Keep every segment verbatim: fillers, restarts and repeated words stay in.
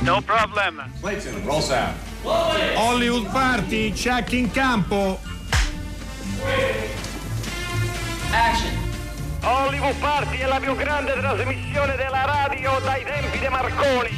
No problem. Clayton, roll sound. Hollywood Party, check in campo. Action. Hollywood Party è la più grande trasmissione della radio dai tempi di Marconi.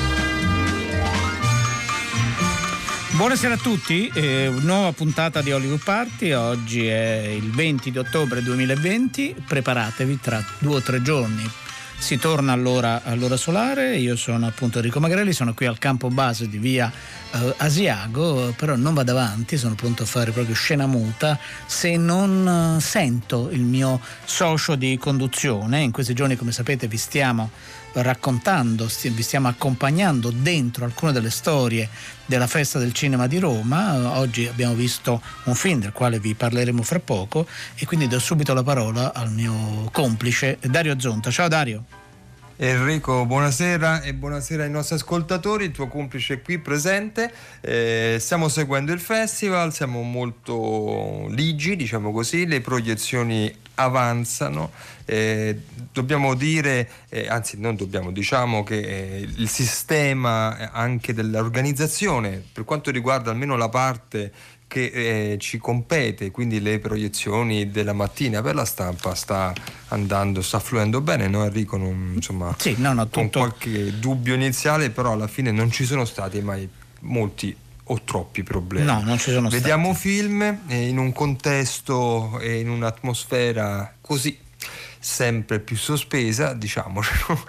Buonasera a tutti, eh, nuova puntata di Hollywood Party. Oggi è il venti di ottobre duemilaventi. Preparatevi, tra due o tre giorni si torna all'ora, all'ora solare. Io sono appunto Enrico Magrelli, sono qui al campo base di via eh, Asiago, però non vado avanti, sono pronto a fare proprio scena muta se non eh, sento il mio socio di conduzione. In questi giorni, come sapete, vi stiamo raccontando, sti, vi stiamo accompagnando dentro alcune delle storie della Festa del Cinema di Roma. Oggi abbiamo visto un film del quale vi parleremo fra poco e quindi do subito la parola al mio complice Dario Zonta. Ciao Dario. Enrico, buonasera e buonasera ai nostri ascoltatori, il tuo complice è qui presente. Eh, stiamo seguendo il festival, siamo molto ligi, diciamo così, le proiezioni avanzano. Eh, dobbiamo dire, eh, anzi non dobbiamo, diciamo che eh, il sistema anche dell'organizzazione, per quanto riguarda almeno la parte che eh, ci compete, quindi le proiezioni della mattina per la stampa, sta andando, sta fluendo bene, no Enrico? Non, insomma, sì, no, no, con tutto... qualche dubbio iniziale, però alla fine non ci sono stati mai molti o troppi problemi. No, non ci sono Vediamo stati. film eh, in un contesto e in un'atmosfera così sempre più sospesa, diciamocelo,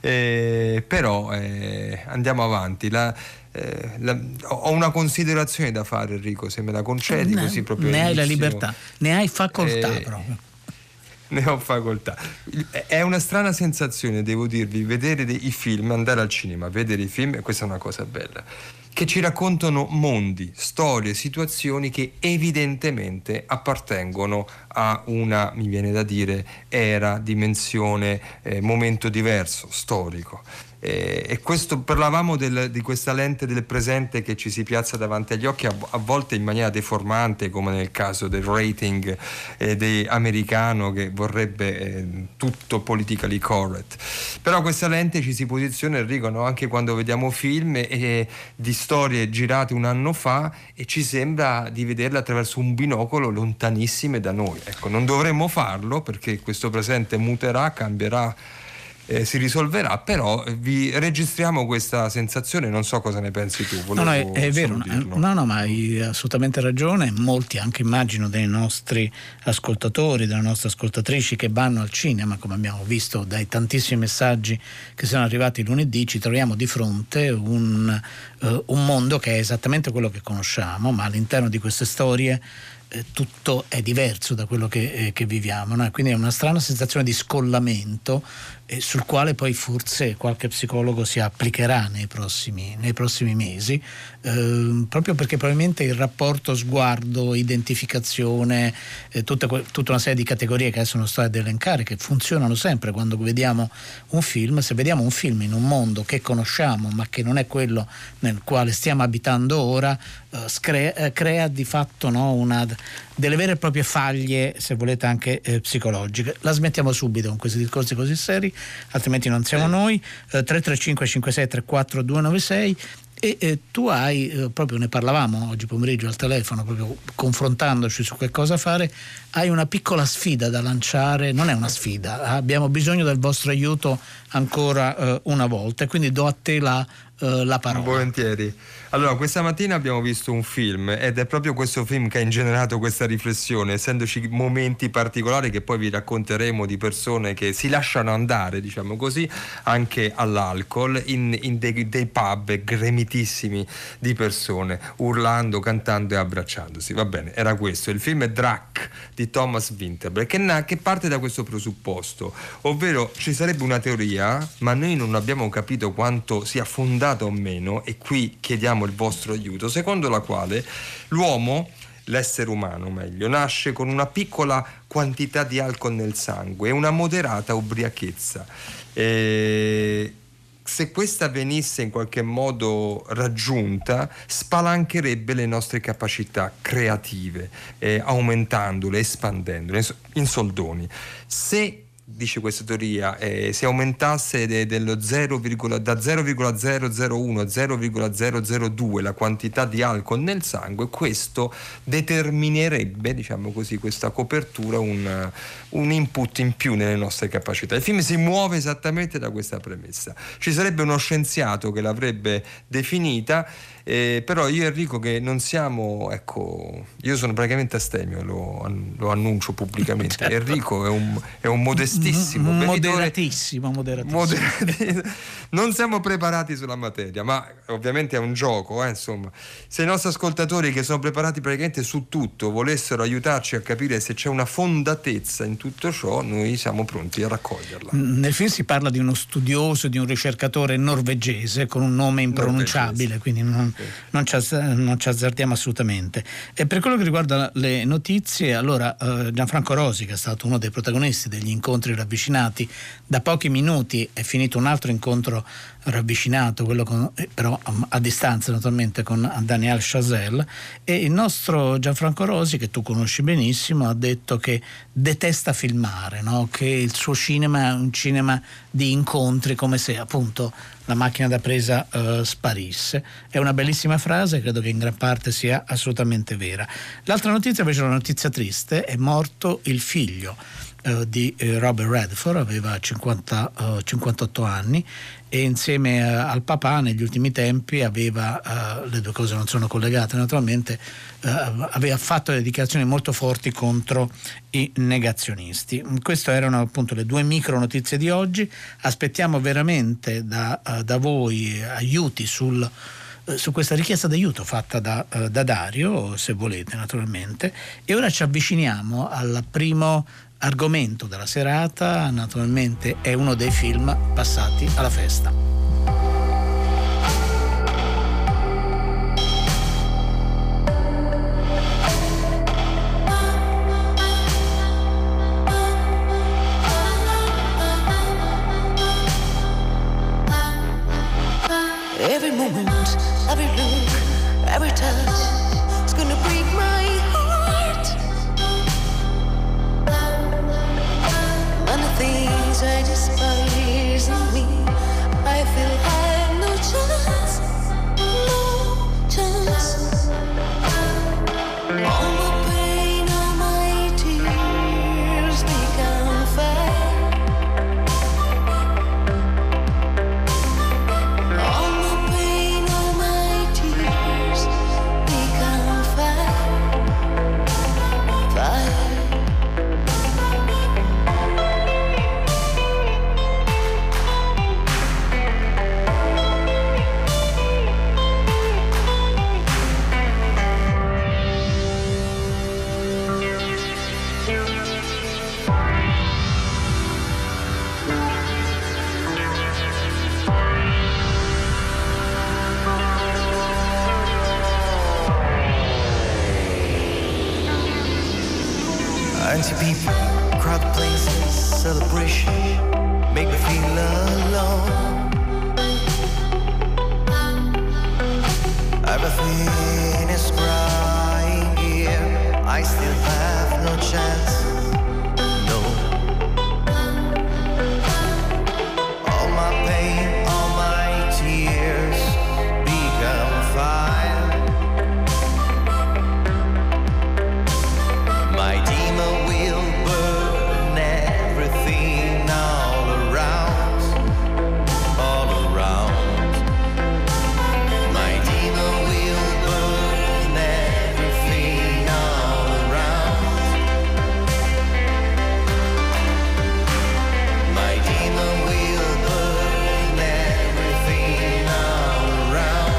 eh, però eh, andiamo avanti. La, eh, la, ho una considerazione da fare, Enrico, se me la concedi, ne, così proprio ne hai la inizio. libertà, ne hai facoltà, eh, proprio. Ne ho facoltà. È una strana sensazione, devo dirvi, vedere dei, i film, andare al cinema, vedere i film, e questa è una cosa bella, che ci raccontano mondi, storie, situazioni che evidentemente appartengono a una, mi viene da dire, era, dimensione, eh, momento diverso, storico. Eh, e questo, parlavamo del, di questa lente del presente che ci si piazza davanti agli occhi, a, a volte in maniera deformante, come nel caso del rating eh, de, americano, che vorrebbe eh, tutto politically correct. Però questa lente ci si posiziona, Enrico, no? Anche quando vediamo film eh, di storie girate un anno fa, e ci sembra di vederle attraverso un binocolo lontanissime da noi. Ecco, non dovremmo farlo, perché questo presente muterà, cambierà, Eh, si risolverà, però vi registriamo questa sensazione, non so cosa ne pensi tu. No, no, è, è vero, no, no, ma hai assolutamente ragione. Molti, anche immagino dei nostri ascoltatori, delle nostre ascoltatrici che vanno al cinema, come abbiamo visto dai tantissimi messaggi che sono arrivati lunedì, ci troviamo di fronte un, uh, un mondo che è esattamente quello che conosciamo, ma all'interno di queste storie eh, tutto è diverso da quello che, eh, che viviamo, no? Quindi è una strana sensazione di scollamento eh, sul quale poi forse qualche psicologo si applicherà nei prossimi, nei prossimi mesi, eh, proprio perché probabilmente il rapporto sguardo, identificazione, eh, tutta, tutta una serie di categorie che adesso non sto ad elencare, che funzionano sempre quando vediamo un film. Se vediamo un film in un mondo che conosciamo ma che non è quello nel quale stiamo abitando ora, eh, scre- eh, crea di fatto, no, una delle vere e proprie faglie, se volete anche eh, psicologiche. La smettiamo subito con questi discorsi così seri, altrimenti non siamo noi. eh, tre tre cinque cinque sei tre quattro due nove sei. E eh, tu hai, eh, proprio ne parlavamo oggi pomeriggio al telefono, proprio confrontandoci su che cosa fare, hai una piccola sfida da lanciare. Non è una sfida, abbiamo bisogno del vostro aiuto ancora eh, una volta, e quindi do a te la, eh, la parola. Volentieri. Allora, questa mattina abbiamo visto un film, ed è proprio questo film che ha ingenerato questa riflessione, essendoci momenti particolari che poi vi racconteremo, di persone che si lasciano andare, diciamo così, anche all'alcol, in, in dei, dei pub gremitissimi di persone, urlando, cantando e abbracciandosi. Va bene, era questo. Il film è Drac di Thomas Vinterberg, che, na- che parte da questo presupposto, ovvero ci sarebbe una teoria, ma noi non abbiamo capito quanto sia fondata o meno, e qui chiediamo il vostro aiuto, secondo la quale l'uomo, l'essere umano meglio, nasce con una piccola quantità di alcol nel sangue e una moderata ubriachezza. E se questa venisse in qualche modo raggiunta, spalancherebbe le nostre capacità creative, eh, aumentandole, espandendole in soldoni. Se dice questa teoria, eh, se aumentasse de, dello zero, da zero virgola zero zero uno a zero virgola zero zero due la quantità di alcol nel sangue, questo determinerebbe, diciamo così, questa copertura un, un input in più nelle nostre capacità. Il film si muove esattamente da questa premessa. Ci sarebbe uno scienziato che l'avrebbe definita, eh, però io e Enrico, che non siamo, ecco, io sono praticamente astemio, lo, lo annuncio pubblicamente. Certo. Enrico è un, è un modestissimo, M- moderatissimo, moderatissimo. moderatissimo. Non siamo preparati sulla materia, ma ovviamente è un gioco, eh, insomma. Se i nostri ascoltatori, che sono preparati praticamente su tutto, volessero aiutarci a capire se c'è una fondatezza in tutto ciò, noi siamo pronti a raccoglierla. Nel film si parla di uno studioso, di un ricercatore norvegese con un nome impronunciabile, quindi non, sì. non, ci, non ci azzardiamo assolutamente. E per quello che riguarda le notizie, allora eh, Gianfranco Rosi, che è stato uno dei protagonisti degli incontri ravvicinati, da pochi minuti è finito un altro incontro ravvicinato, quello con, eh, però a, a distanza naturalmente, con Daniel Chazelle, e il nostro Gianfranco Rosi, che tu conosci benissimo, ha detto che detesta filmare, no? Che il suo cinema è un cinema di incontri, come se appunto la macchina da presa eh, sparisse. È una bellissima frase, credo che in gran parte sia assolutamente vera. L'altra notizia invece è una notizia triste: è morto il figlio eh, di eh, Robert Redford, aveva cinquanta, uh, cinquantotto anni, e insieme uh, al papà negli ultimi tempi aveva, uh, le due cose non sono collegate naturalmente, uh, aveva fatto delle dichiarazioni molto forti contro i negazionisti. Queste erano appunto le due micro notizie di oggi. Aspettiamo veramente da, uh, da voi aiuti sul su questa richiesta d'aiuto fatta da, uh, da Dario, se volete naturalmente. E ora ci avviciniamo al primo argomento della serata, naturalmente è uno dei film passati alla festa. Every moment, every look, every touch is gonna break my heart. And the things I despise in me, I feel I have no chance, no chance. All my pain, all my tears become fire. Fancy people, crowded places, celebration, make me feel alone. Everything is crying here, I still have no chance, no. All my pain, all my tears become fire. My demon will burn everything all around, all around. My demon will burn everything all around. My demon will burn everything all around.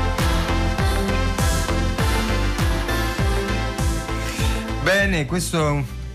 Bene, questo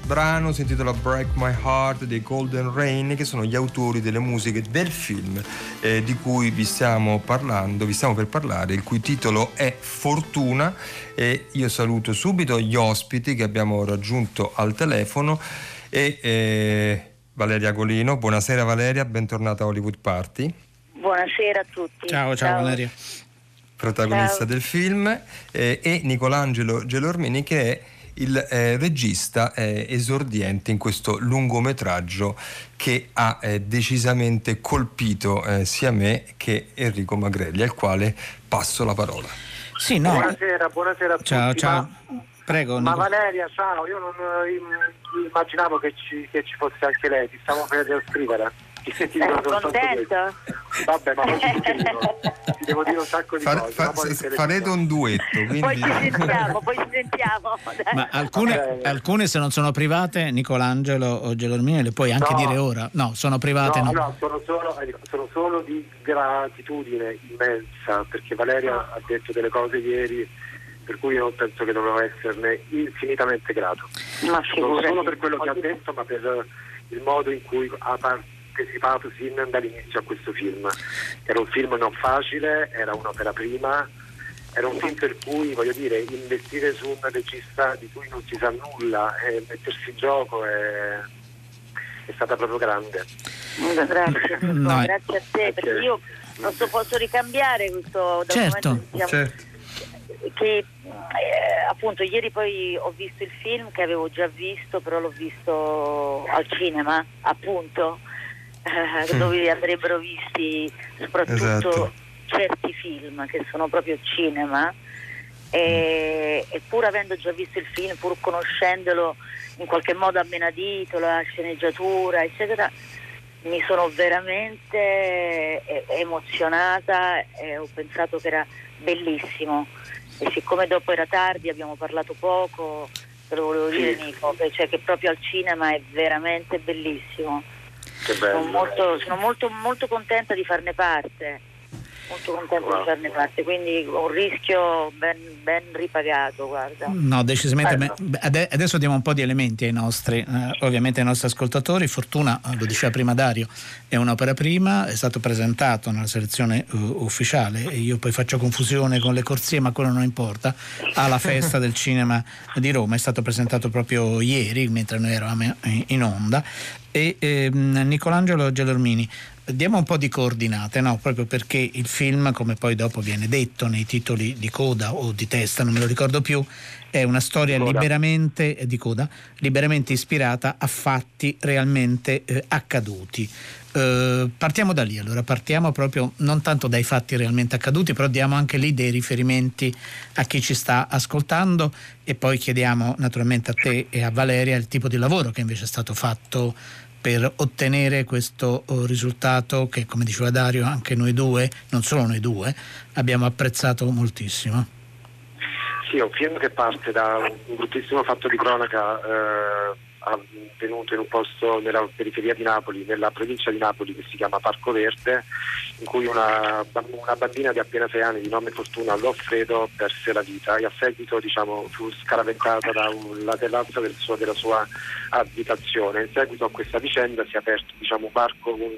brano si intitola Break My Heart dei Golden Rain, che sono gli autori delle musiche del film eh, di cui vi stiamo parlando, vi stiamo per parlare, il cui titolo è Fortuna. E io saluto subito gli ospiti che abbiamo raggiunto al telefono e eh, Valeria Golino. Buonasera Valeria, bentornata a Hollywood Party. Buonasera a tutti. Ciao, ciao, ciao. Valeria. Protagonista Ciao. del film, eh, e Nicolangelo Gelormini, che è il eh, regista eh, esordiente in questo lungometraggio che ha eh, decisamente colpito eh, sia me che Enrico Magrelli, al quale passo la parola. Sì, no. Buonasera, buonasera a ciao, tutti. Ciao, ma, prego. Ma Nico. Valeria, ciao, io non eh, immaginavo che ci, che ci fosse anche lei, ti stavo per scrivere. Sei contento? Vabbè, ma poi ti devo, ti devo dire un sacco di Fa, cose. fa, poi farete un duetto, quindi... Poi ci sentiamo, poi ci sentiamo. Ma alcune, alcune, se non sono private, Nicolangelo o Gelormini, le puoi anche no, dire ora. No, sono private. No, no. no, sono solo, sono solo di gratitudine immensa, perché Valeria ha detto delle cose ieri per cui io penso che dovevo esserne infinitamente grato. Ma non solo per quello che ha detto, ma per il modo in cui ha partecipato sin dall'inizio a questo film. Era un film non facile, era un'opera prima, era un film per cui, voglio dire, investire su un regista di cui non si sa nulla e mettersi in gioco è, è stata proprio grande. Grazie, no. Grazie a te, perché io posso, posso ricambiare questo dal certo, momento che, siamo, certo. che eh, appunto ieri poi ho visto il film che avevo già visto, però l'ho visto al cinema, appunto, eh, mm. dove andrebbero visti soprattutto esatto. certi film che sono proprio cinema, e, e pur avendo già visto il film, pur conoscendolo in qualche modo a menadito, la sceneggiatura eccetera, mi sono veramente emozionata e ho pensato che era bellissimo, e siccome dopo era tardi, abbiamo parlato poco, te lo volevo dire Nico, cioè che proprio al cinema è veramente bellissimo. Che bello. Sono molto, sono molto, molto contenta di farne parte, molto contenta wow. di farne parte, quindi un rischio ben, ben ripagato, guarda. No, decisamente. Beh, adesso diamo un po' di elementi ai nostri, eh, ovviamente ai nostri ascoltatori. Fortuna, lo diceva prima Dario, è un'opera prima, è stato presentato nella selezione uh, ufficiale, e io poi faccio confusione con le corsie, ma quello non importa, alla Festa del Cinema di Roma. È stato presentato proprio ieri, mentre noi eravamo in onda. E ehm, Nicolangelo Gelormini, diamo un po' di coordinate, no? Proprio perché il film, come poi dopo viene detto nei titoli di coda o di testa, non me lo ricordo più, è una storia liberamente eh, di coda, liberamente ispirata a fatti realmente eh, accaduti. Eh, partiamo da lì, allora partiamo proprio non tanto dai fatti realmente accaduti, però diamo anche lì dei riferimenti a chi ci sta ascoltando, e poi chiediamo naturalmente a te e a Valeria il tipo di lavoro che invece è stato fatto per ottenere questo risultato che, come diceva Dario, anche noi due, non solo noi due, abbiamo apprezzato moltissimo. Sì, è un film che parte da un bruttissimo fatto di cronaca eh, avvenuto in un posto nella periferia di Napoli, nella provincia di Napoli, che si chiama Parco Verde, in cui una, una bambina di appena sei anni di nome Fortuna Loffredo perse la vita, e a seguito, diciamo, fu scaraventata da un latellazzo del suo, della sua abitazione. In seguito a questa vicenda si è aperto, diciamo, un varco, un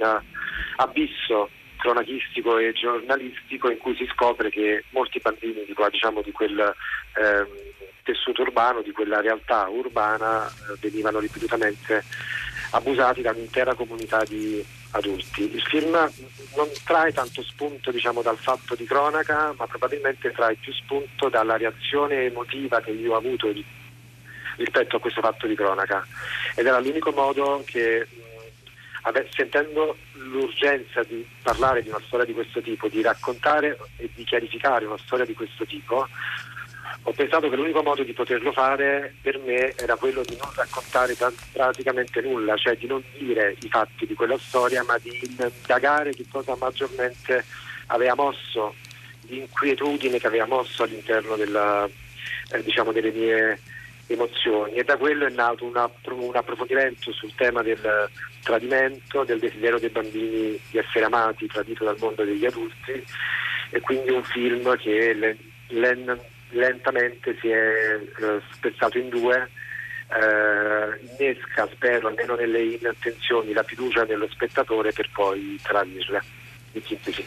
abisso cronachistico e giornalistico in cui si scopre che molti bambini di, diciamo, di quel ehm, tessuto urbano, di quella realtà urbana, eh, venivano ripetutamente abusati da un'intera comunità di adulti. Il film non trae tanto spunto, diciamo, dal fatto di cronaca, ma probabilmente trae più spunto dalla reazione emotiva che io ho avuto rispetto a questo fatto di cronaca, ed era l'unico modo che, mh, sentendo l'urgenza di parlare di una storia di questo tipo, di raccontare e di chiarificare una storia di questo tipo, ho pensato che l'unico modo di poterlo fare per me era quello di non raccontare praticamente nulla, cioè di non dire i fatti di quella storia, ma di indagare che cosa maggiormente aveva mosso, l'inquietudine che aveva mosso all'interno della, eh, diciamo, delle mie emozioni, e da quello è nato una, un approfondimento sul tema del tradimento, del desiderio dei bambini di essere amati, tradito dal mondo degli adulti, e quindi un film che len, len, lentamente si è eh, spezzato in due eh, innesca, spero, almeno nelle intenzioni, la fiducia dello spettatore per poi tradirla. In sintesi.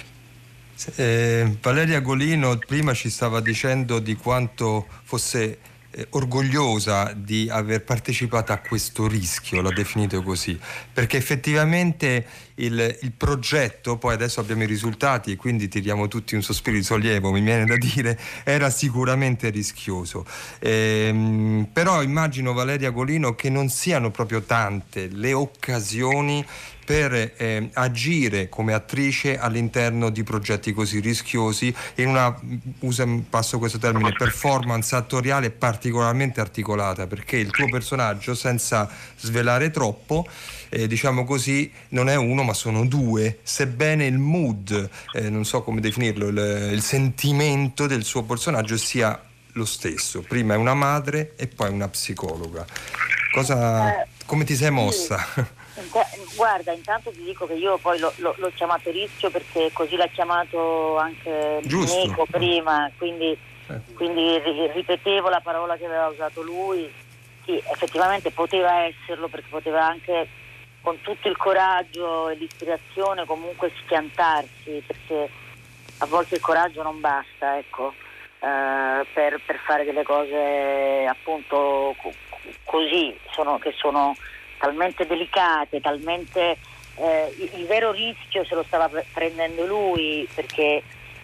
Eh, Valeria Golino prima ci stava dicendo di quanto fosse eh, orgogliosa di aver partecipato a questo rischio, l'ha definito così, perché effettivamente il, il progetto, poi adesso abbiamo i risultati e quindi tiriamo tutti un sospiro di sollievo, mi viene da dire, era sicuramente rischioso. Ehm, però immagino, Valeria Golino, che non siano proprio tante le occasioni per eh, agire come attrice all'interno di progetti così rischiosi in una, usa, passo questo termine, performance attoriale particolarmente articolata, perché il tuo personaggio, senza svelare troppo, eh, diciamo così, non è uno ma sono due, sebbene il mood, eh, non so come definirlo, il, il sentimento del suo personaggio sia lo stesso. Prima è una madre e poi una psicologa. Cosa, come ti sei mossa? Guarda, intanto ti dico che io poi lo, lo, l'ho chiamato rischio perché così l'ha chiamato anche Nico prima, quindi, eh. quindi ripetevo la parola che aveva usato lui. Sì, effettivamente poteva esserlo, perché poteva anche con tutto il coraggio e l'ispirazione comunque schiantarsi, perché a volte il coraggio non basta, ecco, eh, per, per fare delle cose appunto così, sono, che sono talmente delicate, talmente eh, il, il vero rischio se lo stava prendendo lui, perché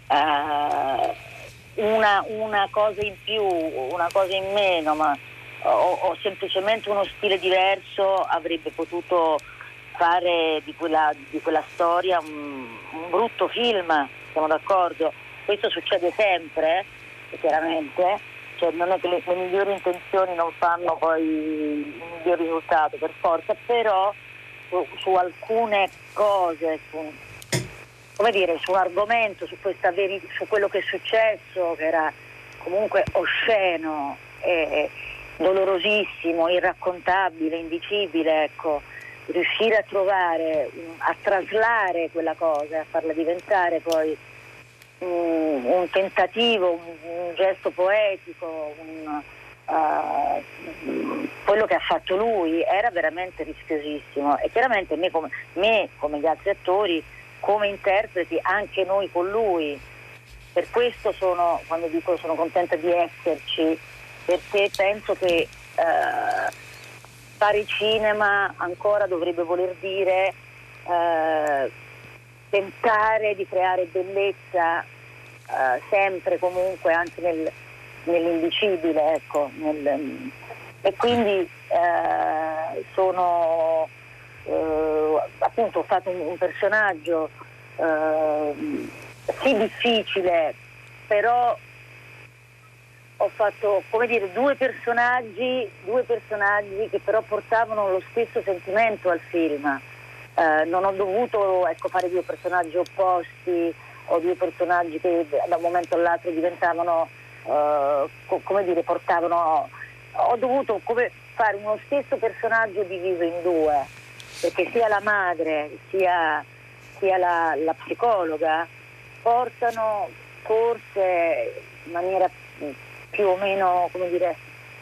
eh, una, una cosa in più, una cosa in meno, ma o, o semplicemente uno stile diverso avrebbe potuto fare di quella, di quella storia un, un brutto film, siamo d'accordo? Questo succede sempre, chiaramente. Cioè, non è che le, le migliori intenzioni non fanno poi il miglior risultato per forza, però su, su alcune cose, su, come dire, su un argomento, su, questa veri, su quello che è successo, che era comunque osceno e dolorosissimo, irraccontabile, indicibile, ecco, riuscire a trovare, a traslare quella cosa, a farla diventare poi un, un tentativo, un, un gesto poetico, un, uh, quello che ha fatto lui era veramente rischiosissimo, e chiaramente me come, me come gli altri attori, come interpreti, anche noi con lui. Per questo sono, quando dico sono contenta di esserci, perché penso che uh, fare cinema ancora dovrebbe voler dire uh, tentare di creare bellezza uh, sempre, comunque, anche nel, nell'indicibile, ecco, nel, e quindi uh, sono uh, appunto ho fatto un, un personaggio uh, sì difficile, però ho fatto, come dire, due personaggi, due personaggi che però portavano lo stesso sentimento al film. Uh, non ho dovuto, ecco, fare due personaggi opposti o due personaggi che da un momento all'altro diventavano, uh, co- come dire, portavano. Ho dovuto come fare uno stesso personaggio diviso in due, perché sia la madre sia, sia la, la psicologa portano forse in maniera più o meno, come dire,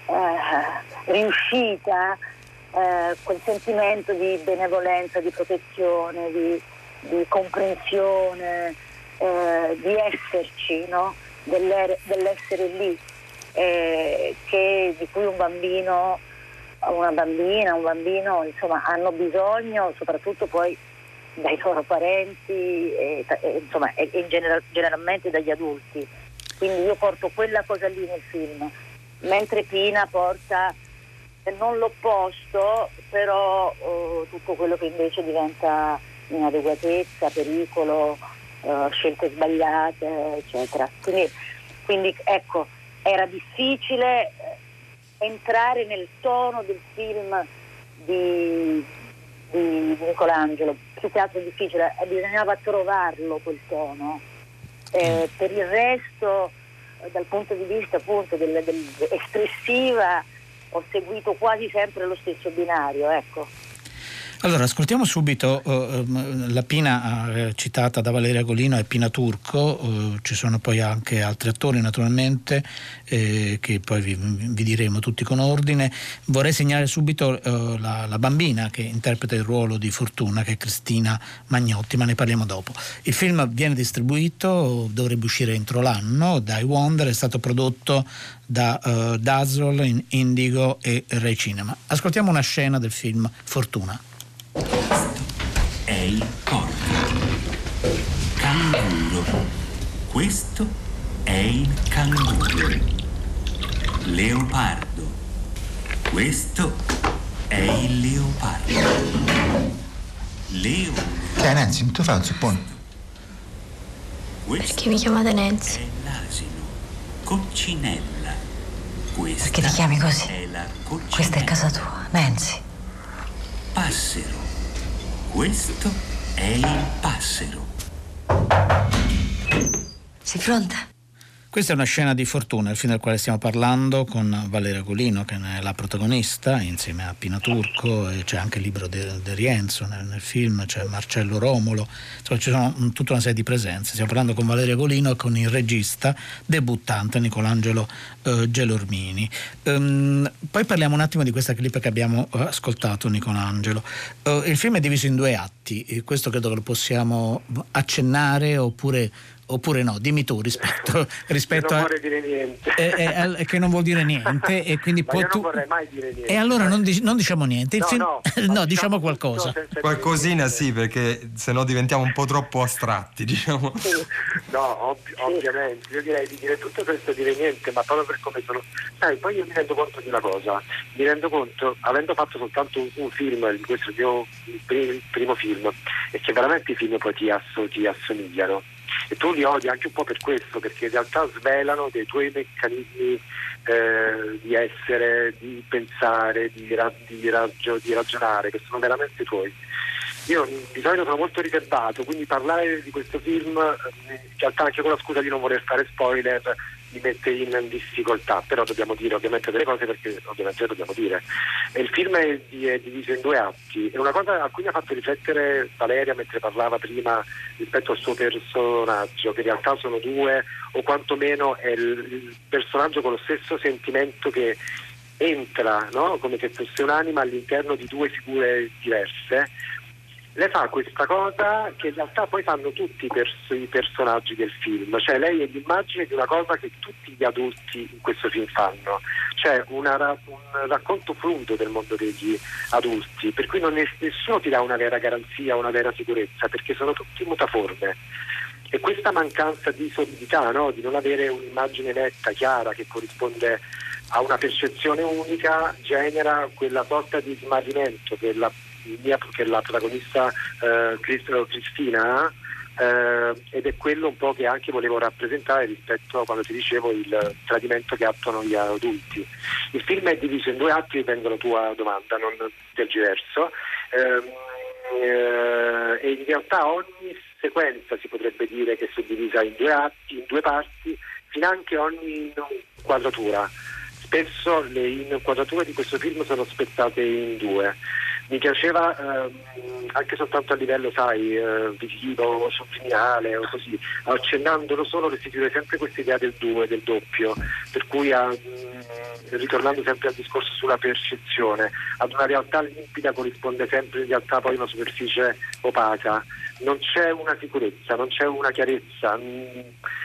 uh, riuscita, Eh, quel sentimento di benevolenza, di protezione, di, di comprensione, eh, di esserci, no? dell'essere lì, eh, che, di cui un bambino, una bambina, un bambino, insomma, hanno bisogno, soprattutto poi dai loro parenti e, e, insomma, e, e in general, generalmente dagli adulti. Quindi io porto quella cosa lì nel film, mentre Pina porta non l'opposto, però uh, tutto quello che invece diventa inadeguatezza, pericolo, uh, scelte sbagliate, eccetera. Quindi, quindi ecco, era difficile entrare nel tono del film di, di Michelangelo, più che altro difficile, bisognava trovarlo quel tono. Eh, per il resto, dal punto di vista appunto del, del espressiva, ho seguito quasi sempre lo stesso binario, ecco. Allora, ascoltiamo subito uh, la Pina uh, citata da Valeria Golino e Pina Turco, uh, ci sono poi anche altri attori naturalmente eh, che poi vi, vi diremo tutti con ordine. Vorrei segnalare subito uh, la, la bambina che interpreta il ruolo di Fortuna, che è Cristina Magnotti, ma ne parliamo dopo. Il film viene distribuito, dovrebbe uscire entro l'anno, da iWonder, è stato prodotto da uh, Dazzle, Indigo e Rai Cinema. Ascoltiamo una scena del film Fortuna. È il corvo. Canguro. Questo è il canguro. Leopardo. Questo è il leopardo. Leone. Dai Nancy, non ti fai un suppone? Perché mi chiamate Nancy? È l'asino. Coccinella. Questa Perché ti chiami così? È la coccinella. Questa è casa tua, Nancy. Passero. Questo è il passero. Sei pronta? Questa è una scena di Fortuna, il film del quale stiamo parlando, con Valeria Golino che è la protagonista insieme a Pina Turco, e c'è anche il libro di Rienzo nel, nel film, c'è Marcello Romolo, insomma ci sono un, tutta una serie di presenze. Stiamo parlando con Valeria Golino e con il regista debuttante Nicolangelo eh, Gelormini. Um, poi parliamo un attimo di questa clip che abbiamo uh, ascoltato, Nicolangelo. Uh, il film è diviso in due atti, e questo credo che lo possiamo accennare oppure oppure no, dimmi tu rispetto, rispetto non a... vorrei dire niente. Eh, eh, che non vuol dire niente e quindi Ma poi io tu... non vorrei mai dire niente. E allora non, dic- non diciamo niente. Il No, film... no, no, diciamo, diciamo qualcosa. Qualcosina sì, perché sennò diventiamo un po' troppo astratti, diciamo. No, ovvi- ovviamente, io direi di dire tutto senza dire niente, ma proprio per come sono. Sai, poi io mi rendo conto di una cosa, mi rendo conto, avendo fatto soltanto un, un film, questo è il mio prim- primo film, e che veramente i film poi ti, asso- ti assomigliano. E tu li odi anche un po' per questo, perché in realtà svelano dei tuoi meccanismi eh, di essere, di pensare, di, ra- di, raggio- di ragionare, che sono veramente tuoi. Io di solito sono molto riservato, quindi parlare di questo film, in realtà anche con la scusa di non voler fare spoiler, mi mette in difficoltà, però dobbiamo dire ovviamente delle cose, perché ovviamente dobbiamo dire. E il film è, di, è diviso in due atti, e una cosa a cui mi ha fatto riflettere Valeria mentre parlava prima rispetto al suo personaggio, che in realtà sono due, o quantomeno è il, il personaggio con lo stesso sentimento che entra, no? Come se fosse un'anima all'interno di due figure diverse. Lei fa questa cosa che in realtà poi fanno tutti i, pers- i personaggi del film, cioè lei è l'immagine di una cosa che tutti gli adulti in questo film fanno, cioè una ra- un racconto fluido del mondo degli adulti, per cui non è, nessuno ti dà una vera garanzia, una vera sicurezza, perché sono tutti mutaforme. E questa mancanza di solidità, no? Di non avere un'immagine netta, chiara, che corrisponde a una percezione unica, genera quella sorta di smarrimento che la mia, che la protagonista eh, Cristina eh, ed è quello un po' che anche volevo rappresentare rispetto a quando ti dicevo il tradimento che attuano gli adulti. Il film è diviso in due atti, riprendo la tua domanda, non tergiverso, eh, eh, e in realtà ogni sequenza si potrebbe dire che è suddivisa in due atti, in due parti, finanche ogni inquadratura. Spesso le inquadrature di questo film sono spezzate in due. Mi piaceva ehm, anche soltanto a livello, sai, eh, visivo, subliminale o così, accennandolo solo, restituire sempre questa idea del due, del doppio, per cui a, mh, ritornando sempre al discorso sulla percezione, ad una realtà limpida corrisponde sempre in realtà poi una superficie opaca, non c'è una sicurezza, non c'è una chiarezza, mh,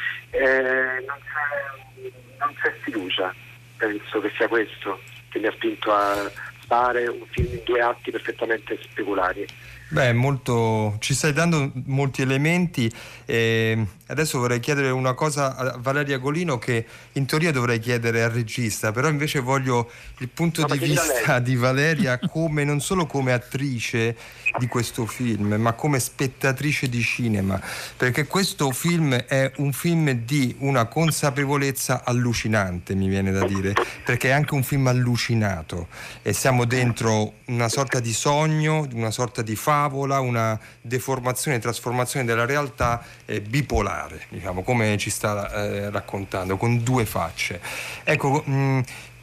eh, non, c'è, non c'è fiducia. Penso che sia questo che mi ha spinto a fare un film in due atti perfettamente speculari. Beh, molto, ci stai dando molti elementi. E adesso vorrei chiedere una cosa a Valeria Golino, che in teoria dovrei chiedere al regista, però invece voglio il punto no, di vista di Valeria come non solo come attrice di questo film, ma come spettatrice di cinema, perché questo film è un film di una consapevolezza allucinante, mi viene da dire, perché è anche un film allucinato e siamo dentro una sorta di sogno, una sorta di favola, una deformazione e trasformazione della realtà eh, bipolare, diciamo, come ci sta eh, raccontando, con due facce. Ecco, mh,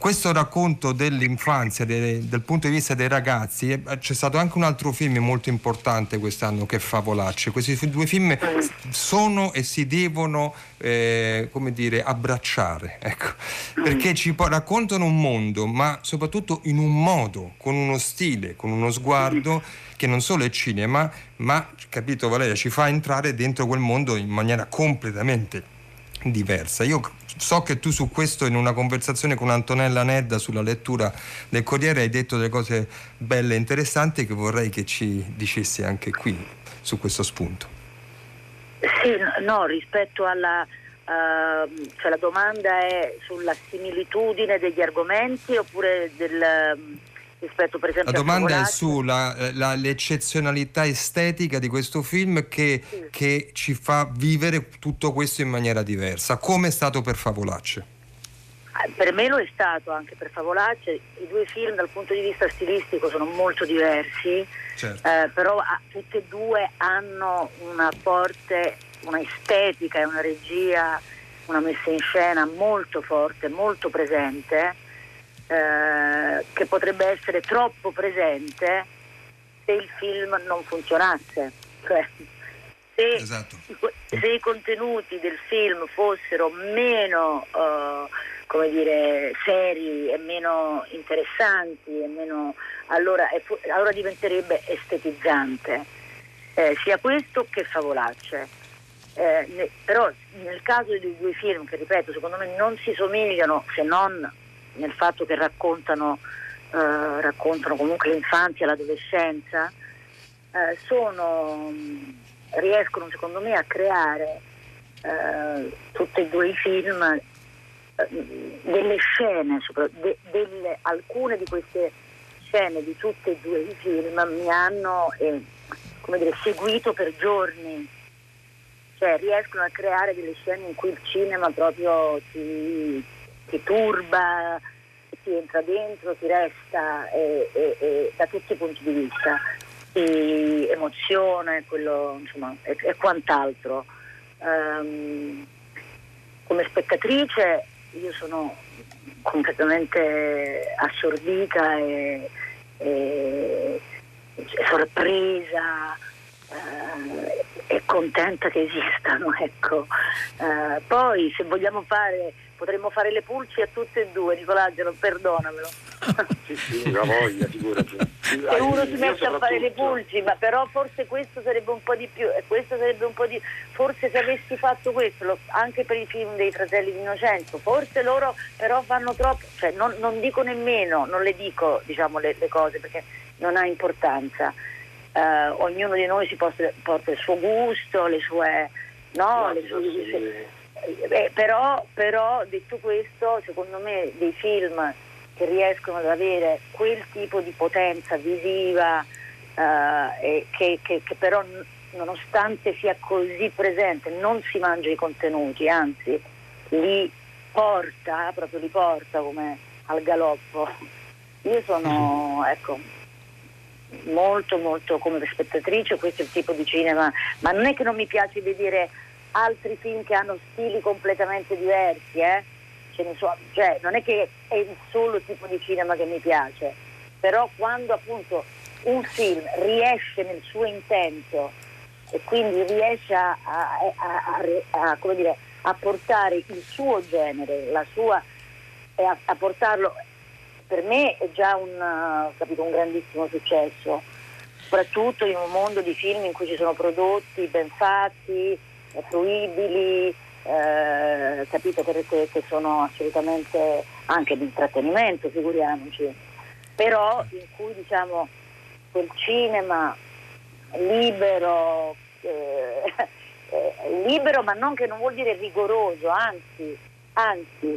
questo racconto dell'infanzia, de, del punto di vista dei ragazzi, c'è stato anche un altro film molto importante quest'anno che è Favolacce. Questi due film sono e si devono eh, come dire abbracciare, ecco, perché ci po- raccontano un mondo, ma soprattutto in un modo, con uno stile, con uno sguardo che non solo è cinema, ma, capito Valeria, ci fa entrare dentro quel mondo in maniera completamente diversa. Io so che tu su questo, in una conversazione con Antonella Nedda sulla lettura del Corriere, hai detto delle cose belle e interessanti che vorrei che ci dicessi anche qui su questo spunto. Sì, no, rispetto alla uh, cioè la domanda è sulla similitudine degli argomenti oppure del rispetto per esempio la domanda a è sulla la, l'eccezionalità estetica di questo film che, sì. che ci fa vivere tutto questo in maniera diversa. Come è stato per Favolacce? Per me lo è stato anche per Favolacce. I due film dal punto di vista stilistico sono molto diversi, certo. eh, però ah, tutti e due hanno una forte, una estetica e una regia, una messa in scena molto forte, molto presente, eh, che potrebbe essere troppo presente se il film non funzionasse. Cioè, se, esatto. se i contenuti del film fossero meno uh, come dire, seri e meno interessanti e meno, allora, allora diventerebbe estetizzante, eh, sia questo che Favolacce. Eh, ne, però nel caso dei due film, che ripeto secondo me non si somigliano se non nel fatto che raccontano, eh, raccontano comunque l'infanzia e l'adolescenza, eh, sono, riescono secondo me a creare eh, tutti e due i film delle scene, de, delle, alcune di queste scene di tutti e due i film mi hanno eh, come dire, seguito per giorni, cioè riescono a creare delle scene in cui il cinema proprio ti, ti turba, ti entra dentro, ti resta e, e, e, da tutti i punti di vista, ti emoziona quello, insomma, e, e quant'altro. Um, come spettatrice io sono completamente assorbita e, e, e sorpresa eh, e contenta che esistano, ecco. Eh, poi se vogliamo fare, potremmo fare le pulci a tutte e due, Nicolangelo, perdonamelo. Sì, sì, una voglia, figurati. Se uno si mette a fare le pulci, ma però forse questo sarebbe un po' di più, e questo sarebbe un po' di, forse se avessi fatto questo lo, anche per i film dei Fratelli d'Innocenzo, forse loro però fanno troppo, cioè non, non dico nemmeno, non le dico diciamo le, le cose perché non ha importanza, uh, ognuno di noi si porta, porta il suo gusto, le sue, no, no le sue, sì. se, eh, però, però detto questo, secondo me dei film che riescono ad avere quel tipo di potenza visiva eh, e che, che, che però nonostante sia così presente non si mangia i contenuti, anzi li porta, proprio li porta come al galoppo. Io sono ecco molto molto come spettatrice, questo è il tipo di cinema, ma non è che non mi piace vedere altri film che hanno stili completamente diversi, eh ce ne so, cioè non è che è il solo tipo di cinema che mi piace, però quando appunto un film riesce nel suo intento e quindi riesce a, a, a, a, a come dire, a portare il suo genere, la sua, e a, a portarlo, per me è già un, capito, un grandissimo successo, soprattutto in un mondo di film in cui ci sono prodotti ben fatti, fruibili, Eh, capito che, che sono assolutamente anche di intrattenimento, figuriamoci, però in cui diciamo quel cinema libero eh, eh, libero ma non che non vuol dire rigoroso, anzi anzi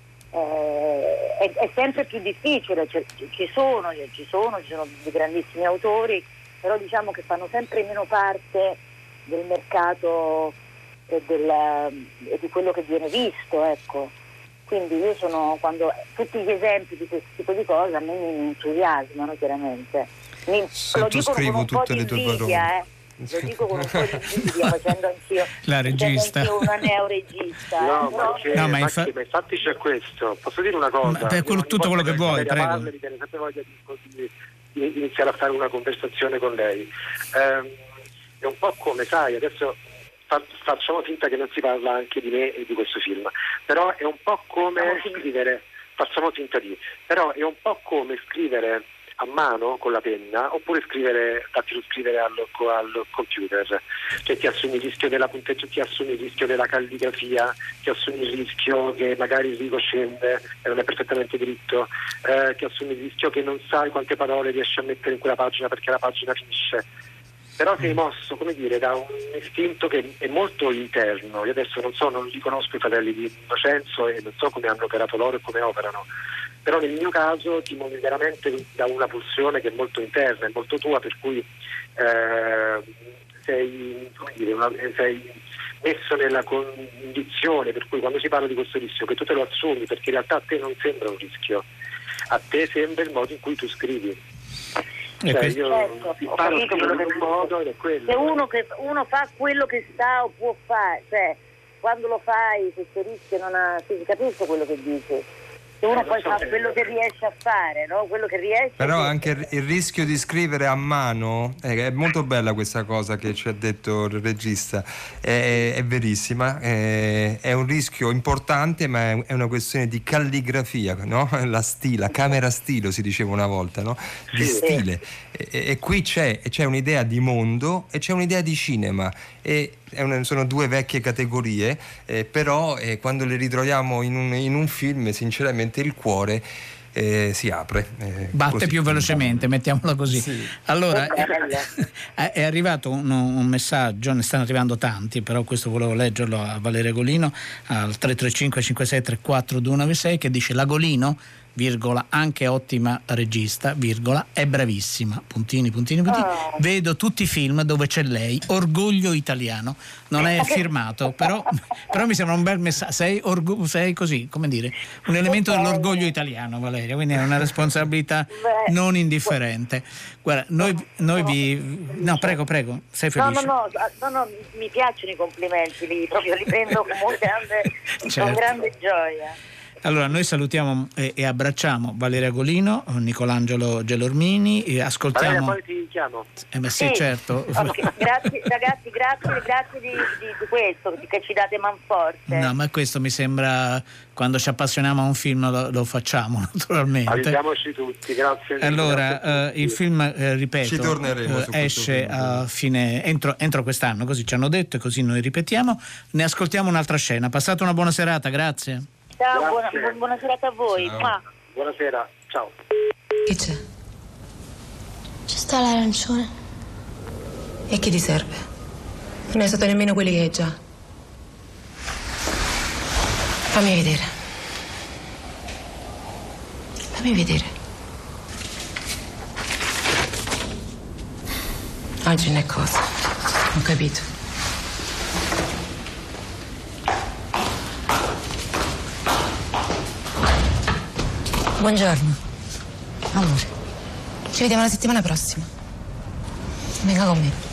eh, è, è sempre più difficile, cioè, ci sono ci sono ci sono di grandissimi autori, però diciamo che fanno sempre meno parte del mercato e, del, e di quello che viene visto, ecco. Quindi io sono, quando tutti gli esempi di questo tipo di cose a me mi entusiasmano chiaramente. Mi, lo dico con un po' di invidia, eh. lo dico con un po' di invidia, facendo anch'io la regista, anch'io una neoregista. No, eh, ma, che, no, ma, ma, infa... che, ma infatti c'è questo. Posso dire una cosa? Ma per quello, tutto quello che vuoi, prego. Parla, mi viene sempre voglia di, di, di iniziare a fare una conversazione con lei. Eh, è un po' come, sai, adesso fa, facciamo finta che non si parla anche di me e di questo film, però è un po' come scrivere, facciamo finta di, però è un po' come scrivere a mano con la penna oppure scrivere, fartelo scrivere al, al computer, cioè ti assumi il rischio della punteggiazione, ti assumi il rischio della calligrafia, ti assumi il rischio che magari il rigo scende e non è perfettamente dritto, eh, ti assumi il rischio che non sai quante parole riesci a mettere in quella pagina perché la pagina finisce. Però sei mosso, come dire, da un istinto che è molto interno. Io adesso non so, non li conosco i fratelli di Innocenzo e non so come hanno operato loro e come operano, però nel mio caso ti muovi veramente da una pulsione che è molto interna, è molto tua, per cui eh, sei, come dire, una, sei messo nella condizione per cui quando si parla di questo rischio che tu te lo assumi, perché in realtà a te non sembra un rischio, a te sembra il modo in cui tu scrivi. Cioè, io certo, imparo a scrivere in un modo ed è quello. Se uno, che, uno fa quello che sta o può fare, cioè quando lo fai questo rischio non ha, sì, capisco quello che dici. Se uno eh, poi so fa quello che riesce a fare, no? Quello che riesce. Però anche il rischio di scrivere a mano, eh, è molto bella questa cosa che ci ha detto il regista, è, è verissima, è, è un rischio importante, ma è, è una questione di calligrafia, no? La stila, camera stilo si diceva una volta, no? Di stile. E, e qui c'è, c'è un'idea di mondo e c'è un'idea di cinema. E è una, sono due vecchie categorie, eh, però eh, quando le ritroviamo in un, in un film, sinceramente il cuore eh, si apre. Eh, Batte così. più velocemente, mettiamola così. Sì. Allora, è, è arrivato un, un messaggio, ne stanno arrivando tanti, però questo volevo leggerlo a Valeria Golino, al tre tre cinque cinque sei tre quattro due nove sei, che dice: la Golino, virgola, anche ottima regista, virgola, è bravissima, puntini, puntini, puntini. Oh. Vedo tutti i film dove c'è lei, orgoglio italiano, non è firmato, però, però mi sembra un bel messaggio, sei, orgo, sei così, come dire, un elemento dell'orgoglio italiano, Valeria, quindi è una responsabilità non indifferente. Guarda, noi, noi vi... No, prego, prego, sei felice? No, no, no, no, no, mi piacciono i complimenti, li, proprio li prendo con grande, certo. con grande gioia. Allora, noi salutiamo e, e abbracciamo Valeria Golino, Nicolangelo Gelormini e ascoltiamo... Valeria, poi ti chiamo. Eh beh, sì, sì, certo. Okay. Grazie, ragazzi, grazie, grazie di, di, di questo, che ci date manforte. No, ma questo mi sembra, quando ci appassioniamo a un film lo, lo facciamo, naturalmente. Aiutiamoci tutti, grazie. Allora, grazie uh, il film, eh, ripeto, ci torneremo uh, esce a fine, entro, entro quest'anno, così ci hanno detto e così noi ripetiamo. Ne ascoltiamo un'altra scena. Passate una buona serata, grazie. Ciao, buona, buona serata a voi. Ma. Buonasera, ciao. Che c'è? Ci sta l'arancione. E che ti serve? Non è stato nemmeno quelli che hai già. Fammi vedere. Fammi vedere. Oggi non è cosa. Ho capito. Buongiorno. Amore, ci vediamo la settimana prossima. Venga con me.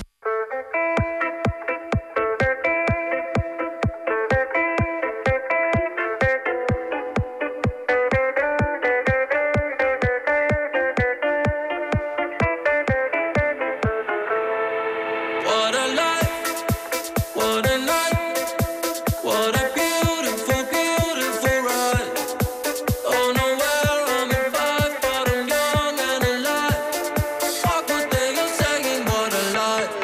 What a life.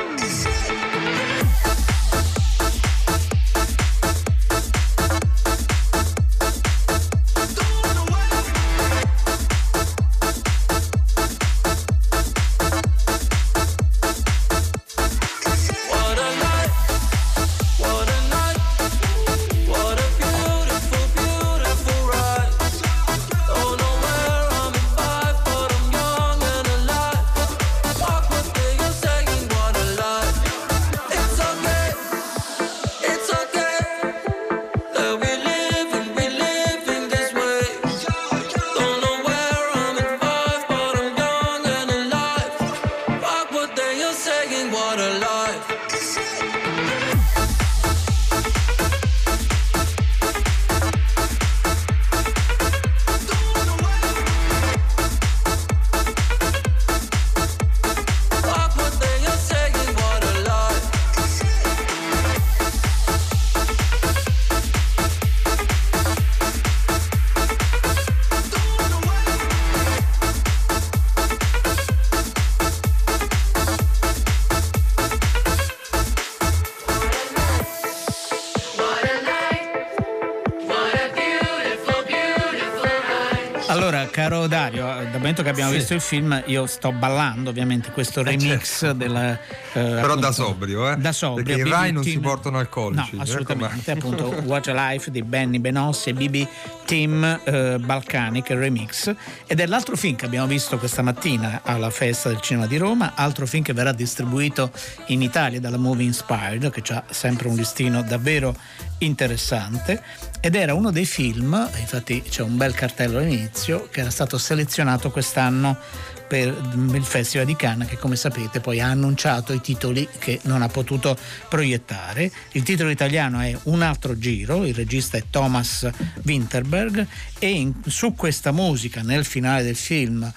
Allora, caro Dario, dal momento che abbiamo Sì. visto il film, io sto ballando ovviamente questo remix certo. del eh, Però appunto, da sobrio, eh? da sobrio, Perché i B B Rai non si Team- portano alcolici. No, mi assolutamente, raccomando. appunto What a Life di Benny Benassi e B B Team eh, Balkanic Remix, ed è l'altro film che abbiamo visto questa mattina alla Festa del Cinema di Roma, altro film che verrà distribuito in Italia dalla Movie Inspired, che ha sempre un listino davvero interessante, ed era uno dei film, infatti c'è un bel cartello all'inizio, che era stato selezionato quest'anno per il Festival di Cannes, che come sapete poi ha annunciato i titoli che non ha potuto proiettare. Il titolo italiano è Un altro giro, il regista è Thomas Winterberg, e in, su questa musica nel finale del film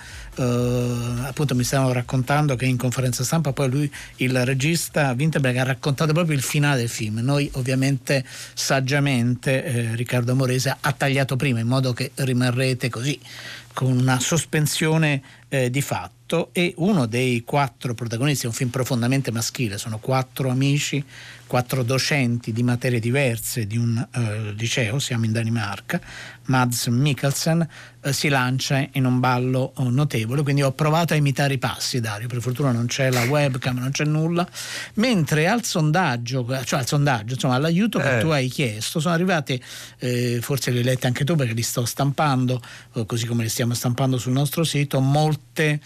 Uh, appunto mi stavano raccontando che in conferenza stampa poi lui, il regista Winterberg, ha raccontato proprio il finale del film. Noi ovviamente saggiamente eh, Riccardo Amorese ha tagliato prima, in modo che rimarrete così con una sospensione eh, di fatto. E uno dei quattro protagonisti, è un film profondamente maschile, sono quattro amici, quattro docenti di materie diverse di un eh, liceo, siamo in Danimarca. Mads Mikkelsen eh, si lancia in un ballo oh, notevole, quindi ho provato a imitare i passi, Dario, per fortuna non c'è la webcam, non c'è nulla, mentre al sondaggio, cioè al sondaggio, insomma all'aiuto che Eh. tu hai chiesto, sono arrivati, eh, forse li hai letti anche tu perché li sto stampando, eh, così come li stiamo stampando sul nostro sito, molte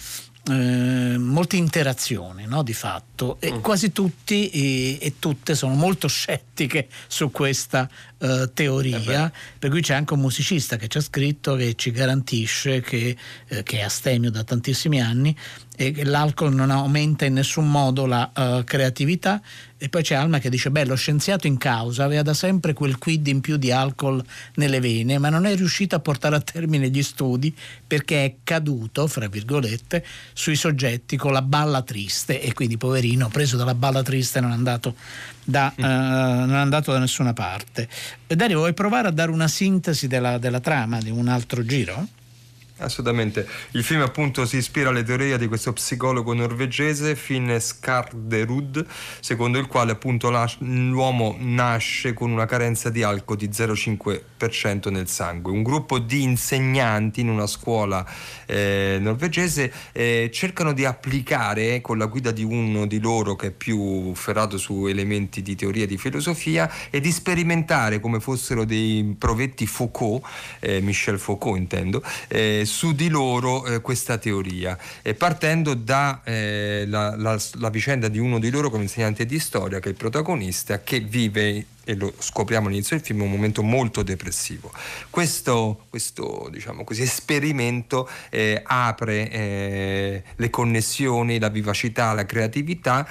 Eh, molte interazioni, no, di fatto, e Mm. quasi tutti e, e tutte sono molto scettiche su questa eh, teoria, per cui c'è anche un musicista che ci ha scritto, che ci garantisce che, eh, che è astemio da tantissimi anni, e che l'alcol non aumenta in nessun modo la uh, creatività. E poi c'è Alma che dice: beh, lo scienziato in causa aveva da sempre quel quid in più di alcol nelle vene, ma non è riuscito a portare a termine gli studi perché è caduto, fra virgolette, sui soggetti con la balla triste, e quindi poverino, preso dalla balla triste, non è andato da, uh, non è andato da nessuna parte. Dario, vuoi provare a dare una sintesi della, della trama di Un altro giro? Assolutamente. Il film appunto si ispira alle teorie di questo psicologo norvegese Finn Skarderud, secondo il quale appunto la, l'uomo nasce con una carenza di alcol di zero virgola cinque per cento nel sangue. Un gruppo di insegnanti in una scuola eh, norvegese eh, cercano di applicare, con la guida di uno di loro che è più ferrato su elementi di teoria e di filosofia, e di sperimentare come fossero dei provetti Foucault, eh, Michel Foucault intendo, eh, su di loro eh, questa teoria, e partendo da eh, la, la, la vicenda di uno di loro come insegnante di storia, che è il protagonista, che vive, e lo scopriamo all'inizio del film, un momento molto depressivo. Questo, questo diciamo così, esperimento eh, apre eh, le connessioni, la vivacità, la creatività,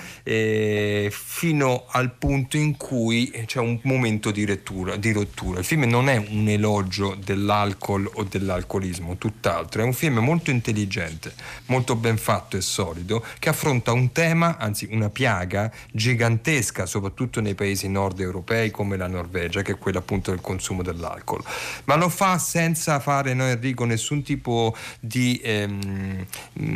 eh, fino al punto in cui c'è un momento di rottura, di rottura. Il film non è un elogio dell'alcol o dell'alcolismo, tutt'altro, è un film molto intelligente, molto ben fatto e solido, che affronta un tema, anzi una piaga gigantesca, soprattutto nei paesi nord europei come la Norvegia, che è quella appunto del consumo dell'alcol, ma lo fa senza fare, no, Enrico, nessun tipo di ehm,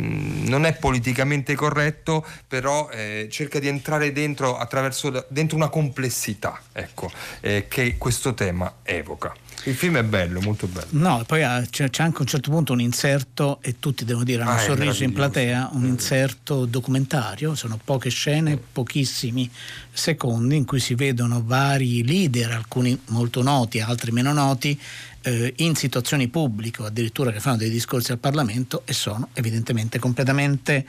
non è politicamente corretto, però eh, cerca di entrare dentro attraverso dentro una complessità, ecco, eh, che questo tema evoca. Il film è bello, molto bello. No, poi c'è, c'è anche a un certo punto un inserto, e tutti devo dire hanno Ah, sorriso in platea, un inserto documentario, sono poche scene, pochissimi secondi, in cui si vedono vari leader, alcuni molto noti, altri meno noti, eh, in situazioni pubbliche, o addirittura che fanno dei discorsi al Parlamento, e sono evidentemente completamente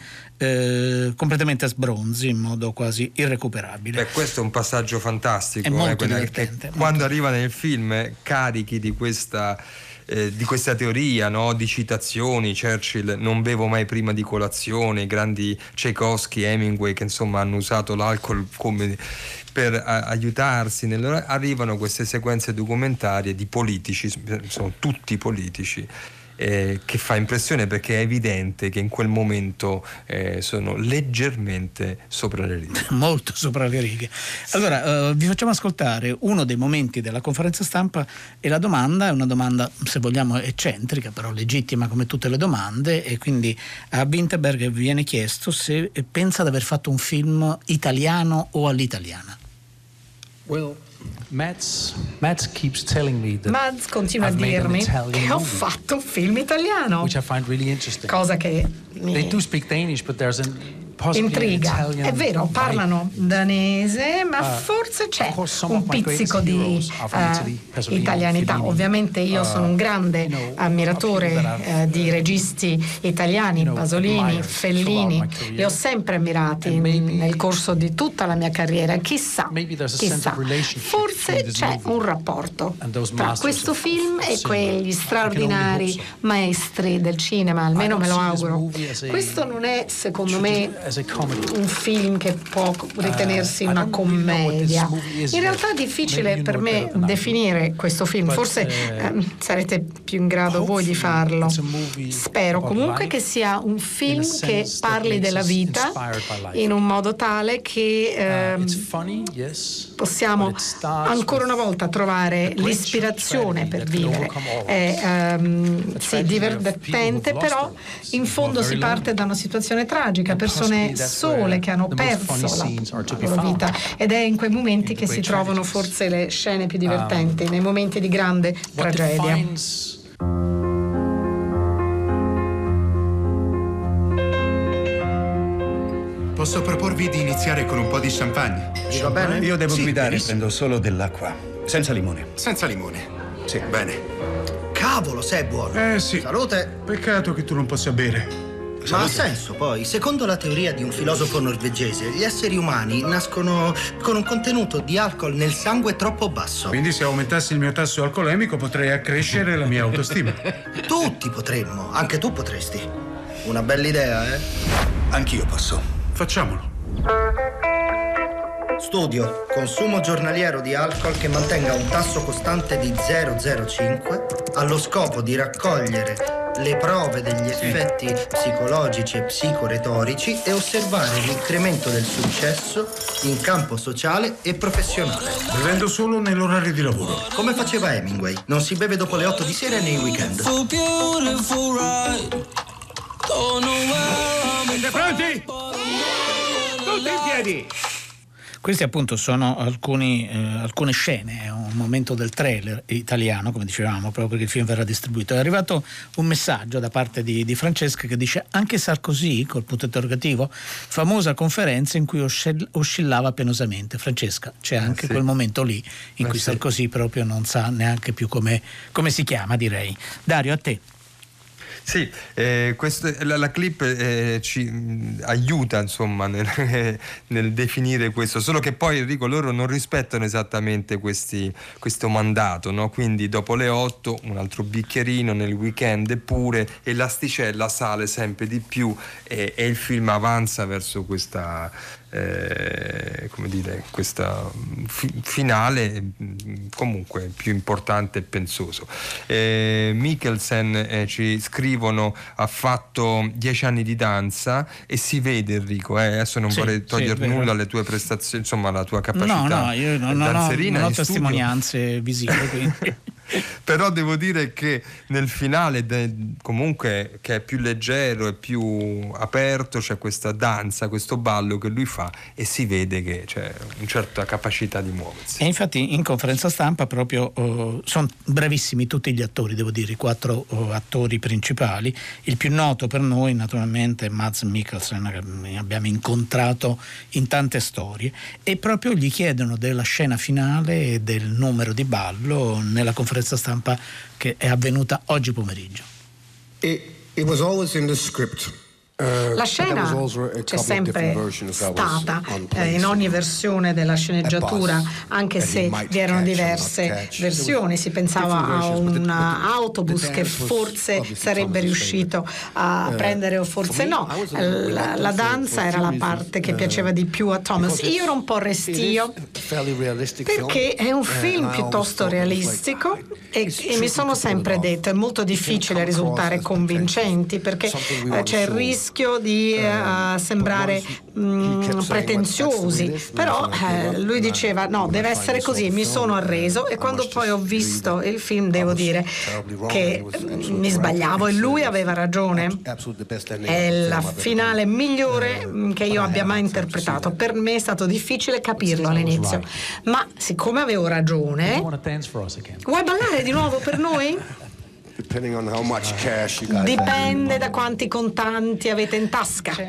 eh, completamente a sbronzi, in modo quasi irrecuperabile. Beh, questo è un passaggio fantastico, È molto eh, quella divertente, che molto. Quando arriva nel film eh, carichi di questa eh, di questa teoria, no? Di citazioni, Churchill, non bevo mai prima di colazione, i grandi Tchaikovsky, Hemingway, che insomma hanno usato l'alcol come per a, aiutarsi nel, arrivano queste sequenze documentarie di politici, sono tutti politici, eh, che fa impressione, perché è evidente che in quel momento eh, sono leggermente sopra le righe. Molto sopra le righe. Allora, uh, vi facciamo ascoltare uno dei momenti della conferenza stampa, e la domanda è una domanda, se vogliamo, eccentrica, però legittima come tutte le domande, e quindi a Winterberg viene chiesto se pensa di aver fatto un film italiano o all'italiana. Well, Mads, Mads keeps telling me that Mads continua a dirmi che ho fatto un film italiano, which I find really interesting. Cosa che mi They do speak Danish, but there's an intriga. È vero, parlano danese, ma uh, forse c'è un pizzico di uh, italianità. Ovviamente io sono un grande ammiratore uh, di registi italiani, Pasolini, Fellini, li ho sempre ammirati nel corso di tutta la mia carriera. Chissà, chissà, forse c'è un rapporto tra questo film e quegli straordinari maestri del cinema, almeno me lo auguro. Questo non è, secondo me, un film che può ritenersi una commedia. In realtà è difficile per me definire questo film, forse eh, sarete più in grado voi di farlo. Spero comunque che sia un film che parli della vita in un modo tale che eh, possiamo ancora una volta trovare l'ispirazione per vivere. È ehm, sì, divertente, però in fondo si parte da una situazione tragica, persone sole che hanno perso la loro vita, ed è in quei momenti che si trovano forse le scene più divertenti, nei momenti di grande tragedia. Posso proporvi di iniziare con un po' di champagne? Vi va bene? Io devo sì, guidare, benissimo. prendo solo dell'acqua. Senza limone. Senza limone. Sì. Bene. Cavolo, sei buono. Eh sì. Salute. Peccato che tu non possa bere. Ma ha senso, poi. Secondo la teoria di un filosofo norvegese, gli esseri umani nascono con un contenuto di alcol nel sangue troppo basso. Quindi se aumentassi il mio tasso alcolemico potrei accrescere la mia autostima. Tutti potremmo, anche tu potresti. Una bella idea, eh? Anch'io posso. Facciamolo. Studio. Consumo giornaliero di alcol che mantenga un tasso costante di zero virgola zero cinque allo scopo di raccogliere le prove degli effetti psicologici e psicoretorici e osservare l'incremento del successo in campo sociale e professionale. Bevendo solo nell'orario di lavoro. Come faceva Hemingway. Non si beve dopo le otto di sera e nei weekend. Siete pronti? Tutti in piedi! Questi appunto sono alcuni, eh, alcune scene, è un momento del trailer italiano, come dicevamo, proprio perché il film verrà distribuito. È arrivato un messaggio da parte di, di Francesca che dice: anche Sarkozy, col punto interrogativo, famosa conferenza in cui oscill- oscillava penosamente. Francesca, c'è anche eh sì. quel momento lì in eh cui sì. Sarkozy proprio non sa neanche più come, come si chiama, direi. Dario, a te. Sì, eh, questo, la, la clip eh, ci mh, aiuta insomma nel, eh, nel definire questo, solo che poi Enrico loro non rispettano esattamente questi, questo mandato, no? Quindi dopo le otto un altro bicchierino, nel weekend pure, e l'asticella sale sempre di più e, e il film avanza verso questa Eh, come dire, questa fi- finale mh, comunque più importante e pensoso. eh, Mikkelsen eh, ci scrivono ha fatto dieci anni di danza e si vede Enrico, eh, adesso non sì, vorrei togliere sì, nulla alle tue prestazioni, insomma la tua capacità no no io non, danzerina, non ho, non ho testimonianze visive quindi. Però devo dire che nel finale de, comunque che è più leggero e più aperto, c'è questa danza, questo ballo che lui fa e si vede che c'è una certa capacità di muoversi. E infatti in conferenza stampa proprio uh, sono bravissimi tutti gli attori, devo dire, i quattro uh, attori principali. Il più noto per noi naturalmente è Mads Mikkelsen, che abbiamo incontrato in tante storie, e proprio gli chiedono della scena finale e del numero di ballo nella conferenza stampa che è avvenuta oggi pomeriggio. It, it was always in the script. La scena c'è sempre stata eh, in ogni versione della sceneggiatura, anche se vi erano diverse versioni. Si pensava a un autobus che forse sarebbe riuscito a prendere o forse no. La, la danza era la parte che piaceva di più a Thomas. Io ero un po' restio perché è un film piuttosto realistico e, e mi sono sempre detto è molto difficile risultare convincenti perché eh, c'è il rischio rischio di uh, sembrare mh, pretenziosi, però eh, lui diceva no, deve essere così, mi sono arreso, e quando poi ho visto il film devo dire che mh, mi sbagliavo e lui aveva ragione. È la finale migliore mh, che io abbia mai interpretato. Per me è stato difficile capirlo all'inizio, ma siccome avevo ragione. Vuoi ballare di nuovo per noi? Dipende da quanti contanti avete in tasca.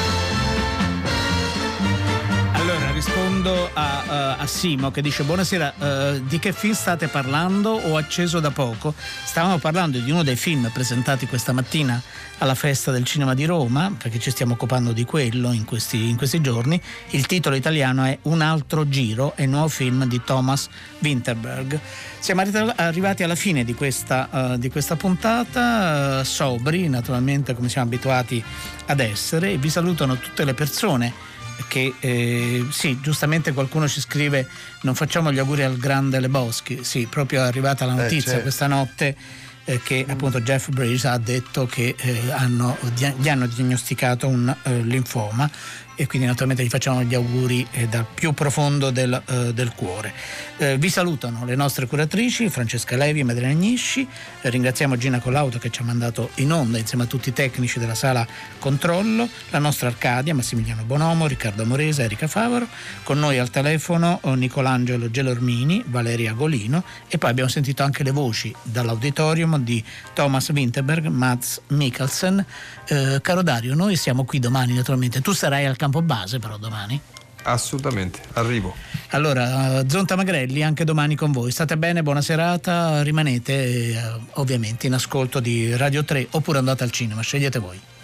Allora rispondo a, uh, a Simo che dice: buonasera, uh, di che film state parlando? Ho acceso da poco. Stavamo parlando di uno dei film presentati questa mattina alla Festa del Cinema di Roma, perché ci stiamo occupando di quello in questi, in questi giorni. Il titolo italiano è Un altro giro, è il nuovo film di Thomas Vinterberg. Siamo arrivati alla fine di questa, uh, di questa puntata, uh, sobri naturalmente come siamo abituati ad essere, e vi salutano tutte le persone che eh, sì, giustamente qualcuno ci scrive: non facciamo gli auguri al grande Le Boschi. Sì, proprio è arrivata la notizia eh, certo. questa notte eh, che appunto Jeff Bridges ha detto che eh, hanno, gli hanno diagnosticato un eh, linfoma, e quindi naturalmente gli facciamo gli auguri eh, dal più profondo del, eh, del cuore. Eh, vi salutano le nostre curatrici Francesca Levi e Madeleine Agnisci, eh, ringraziamo Gina Collauto che ci ha mandato in onda insieme a tutti i tecnici della sala controllo, la nostra Arcadia, Massimiliano Bonomo, Riccardo Moresa, Erika Favaro, con noi al telefono Nicolangelo Gelormini, Valeria Golino, e poi abbiamo sentito anche le voci dall'auditorium di Thomas Vinterberg, Mads Mikkelsen. Eh, caro Dario, noi siamo qui domani naturalmente, tu sarai al campo base però domani? Assolutamente, arrivo. Allora, Zonta Magrelli anche domani con voi. State bene, buona serata, rimanete eh, ovviamente in ascolto di Radio tre oppure andate al cinema, scegliete voi.